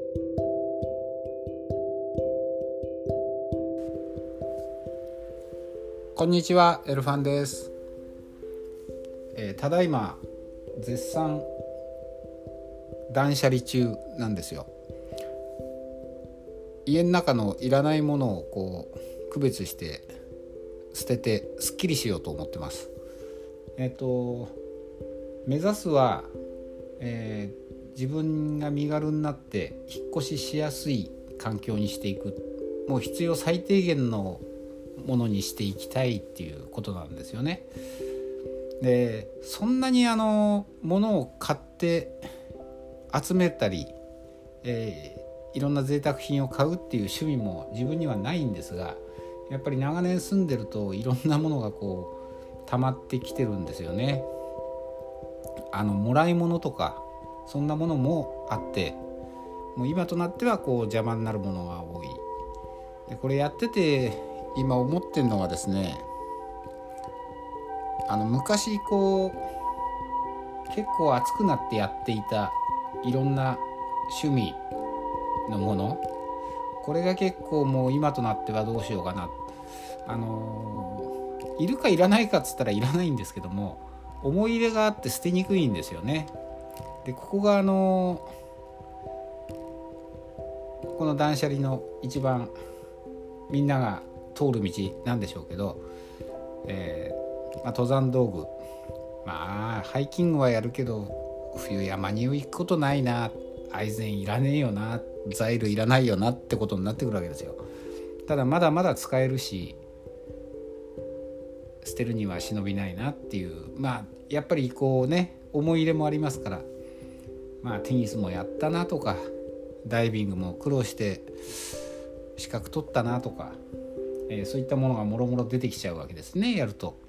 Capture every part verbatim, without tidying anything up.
こんにちは、エルファンです。えー、ただいま絶賛断捨離中なんですよ。家の中のいらないものをこう区別して捨ててすっきりしようと思ってます。えっと目指すは、えー、自分が身軽になって引っ越ししやすい環境にしていく、もう必要最低限のものにしていきたいっていうことなんですよね。で、そんなにあの物を買って集めたり、えー、いろんな贅沢品を買うっていう趣味も自分にはないんですが、やっぱり長年住んでるといろんなものがこう溜まってきてるんですよね。あのもらい物とかそんなものもあって、もう今となってはこう邪魔になるものが多い。でこれやってて今思ってるのはですね、あの昔こう結構熱くなってやっていたいろんな趣味のもの、これが結構もう今となってはどうしようかな、あのいるかいらないかっつったらいらないんですけども、思い入れがあって捨てにくいんですよね。でここがあのこの断捨離の一番みんなが通る道なんでしょうけど、えーまあ、登山道具、まあハイキングはやるけど冬山に行くことないな、アイゼンいらねえよな、ザイルいらないよなってことになってくるわけですよ。ただまだまだ使えるし捨てるには忍びないなっていう、まあやっぱりこうね思い入れもありますから、まあテニスもやったなとか、ダイビングも苦労して資格取ったなとか、えー、そういったものがもろもろ出てきちゃうわけですね、やると。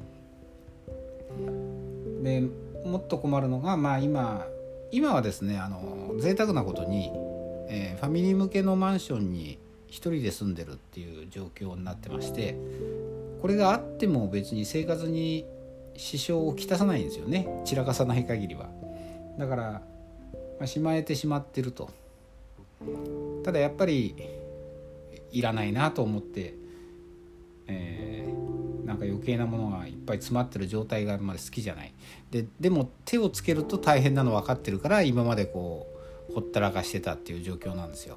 でもっと困るのが、まあ今今はですね、あの贅沢なことに、えー、ファミリー向けのマンションに一人で住んでるっていう状況になってまして、これがあっても別に生活に支障をきたさないんですよね、散らかさない限りは。だから、まあ、しまえてしまってると。ただやっぱりいらないなと思って、えー、なんか余計なものがいっぱい詰まってる状態があんまり好きじゃない。で、でも手をつけると大変なの分かってるから、今までこうほったらかしてたっていう状況なんですよ。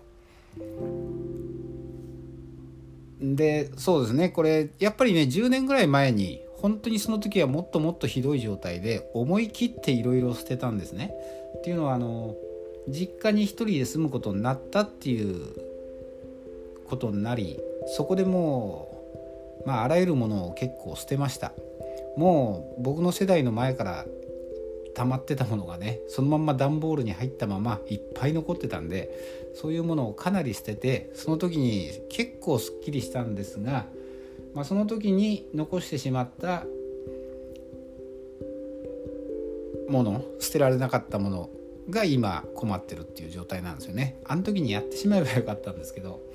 で、そうですね、これやっぱりねじゅうねんぐらい前に本当にその時はもっともっとひどい状態で思い切っていろいろ捨てたんですね。っていうのはあの実家に一人で住むことになったっていうことになり、そこでもう、まあ、あらゆるものを結構捨てました。もう僕の世代の前から溜まってたものがね、そのまんま段ボールに入ったままいっぱい残ってたんで、そういうものをかなり捨てて、その時に結構すっきりしたんですが、まあ、その時に残してしまったもの、捨てられなかったものが今困ってるっていう状態なんですよね。あの時にやってしまえばよかったんですけど、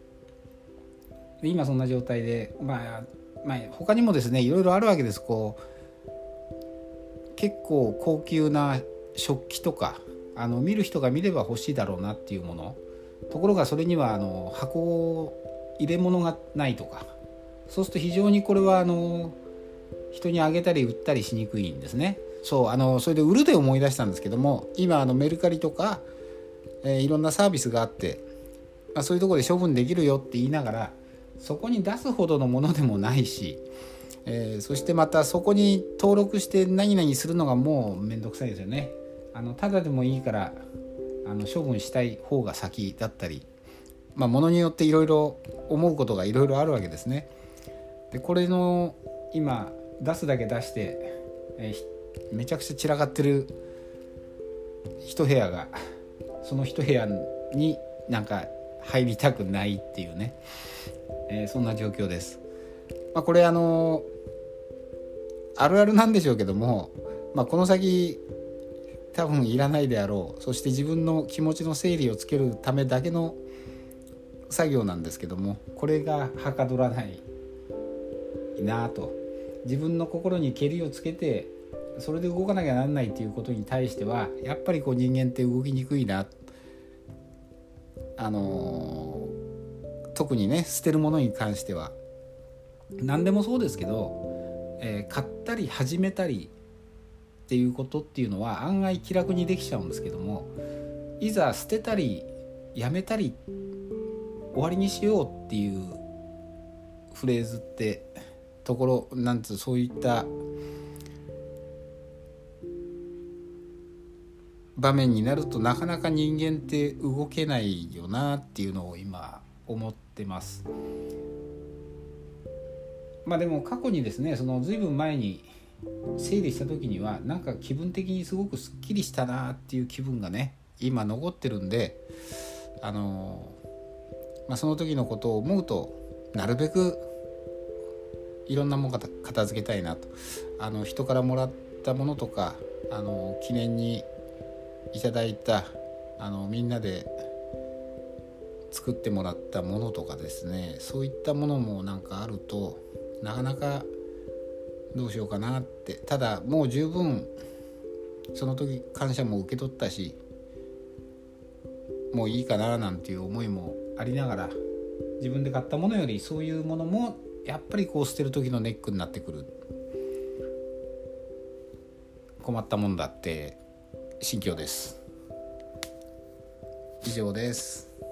今そんな状態で、まあ、まあ他にもですねいろいろあるわけです。こう結構高級な食器とか、あの見る人が見れば欲しいだろうなっていうもの、ところがそれにはあの箱入れ物がないとか、そうすると非常にこれはあの人にあげたり売ったりしにくいんですね。そうあのそれで売るで思い出したんですけども、今あのメルカリとか、えー、いろんなサービスがあって、まあ、そういうところで処分できるよって言いながら、そこに出すほどのものでもないし、えー、そしてまたそこに登録して何々するのがもうめんどくさいですよね。あのただでもいいからあの処分したい方が先だったり、まあものによっていろいろ思うことがいろいろあるわけですね。でこれの今出すだけ出して、えー、めちゃくちゃ散らかってる一部屋が、その一部屋になんか入りたくないっていうね、えー、そんな状況です。まあ、これあのあるあるなんでしょうけども、まあ、この先多分いらないであろう、そして自分の気持ちの整理をつけるためだけの作業なんですけども、これがはかどらないなと、自分の心にけりをつけてそれで動かなきゃなんないっていうことに対してはやっぱりこう人間って動きにくいな、 あのー、特にね捨てるものに関しては何でもそうですけど、えー、買ったり始めたりっていうことっていうのは案外気楽にできちゃうんですけども、いざ捨てたりやめたり終わりにしようっていうフレーズってところなんつうそういった場面になるとなかなか人間って動けないよなっていうのを今思ってます。まあでも過去にですね、そのずいぶん前に整理した時にはなんか気分的にすごくすっきりしたなっていう気分がね今残ってるんで、あのまあ、その時のことを思うとなるべくいろんなもの片付けたいなと。あの人からもらったものとか、あの記念にいただいたあのみんなで作ってもらったものとかですね、そういったものもなんかあるとなかなかどうしようかなって。ただもう十分その時感謝も受け取ったしもういいかななんていう思いもありながら、自分で買ったものよりそういうものもやっぱりこう捨てる時のネックになってくる、困ったもんだって心境です。以上です。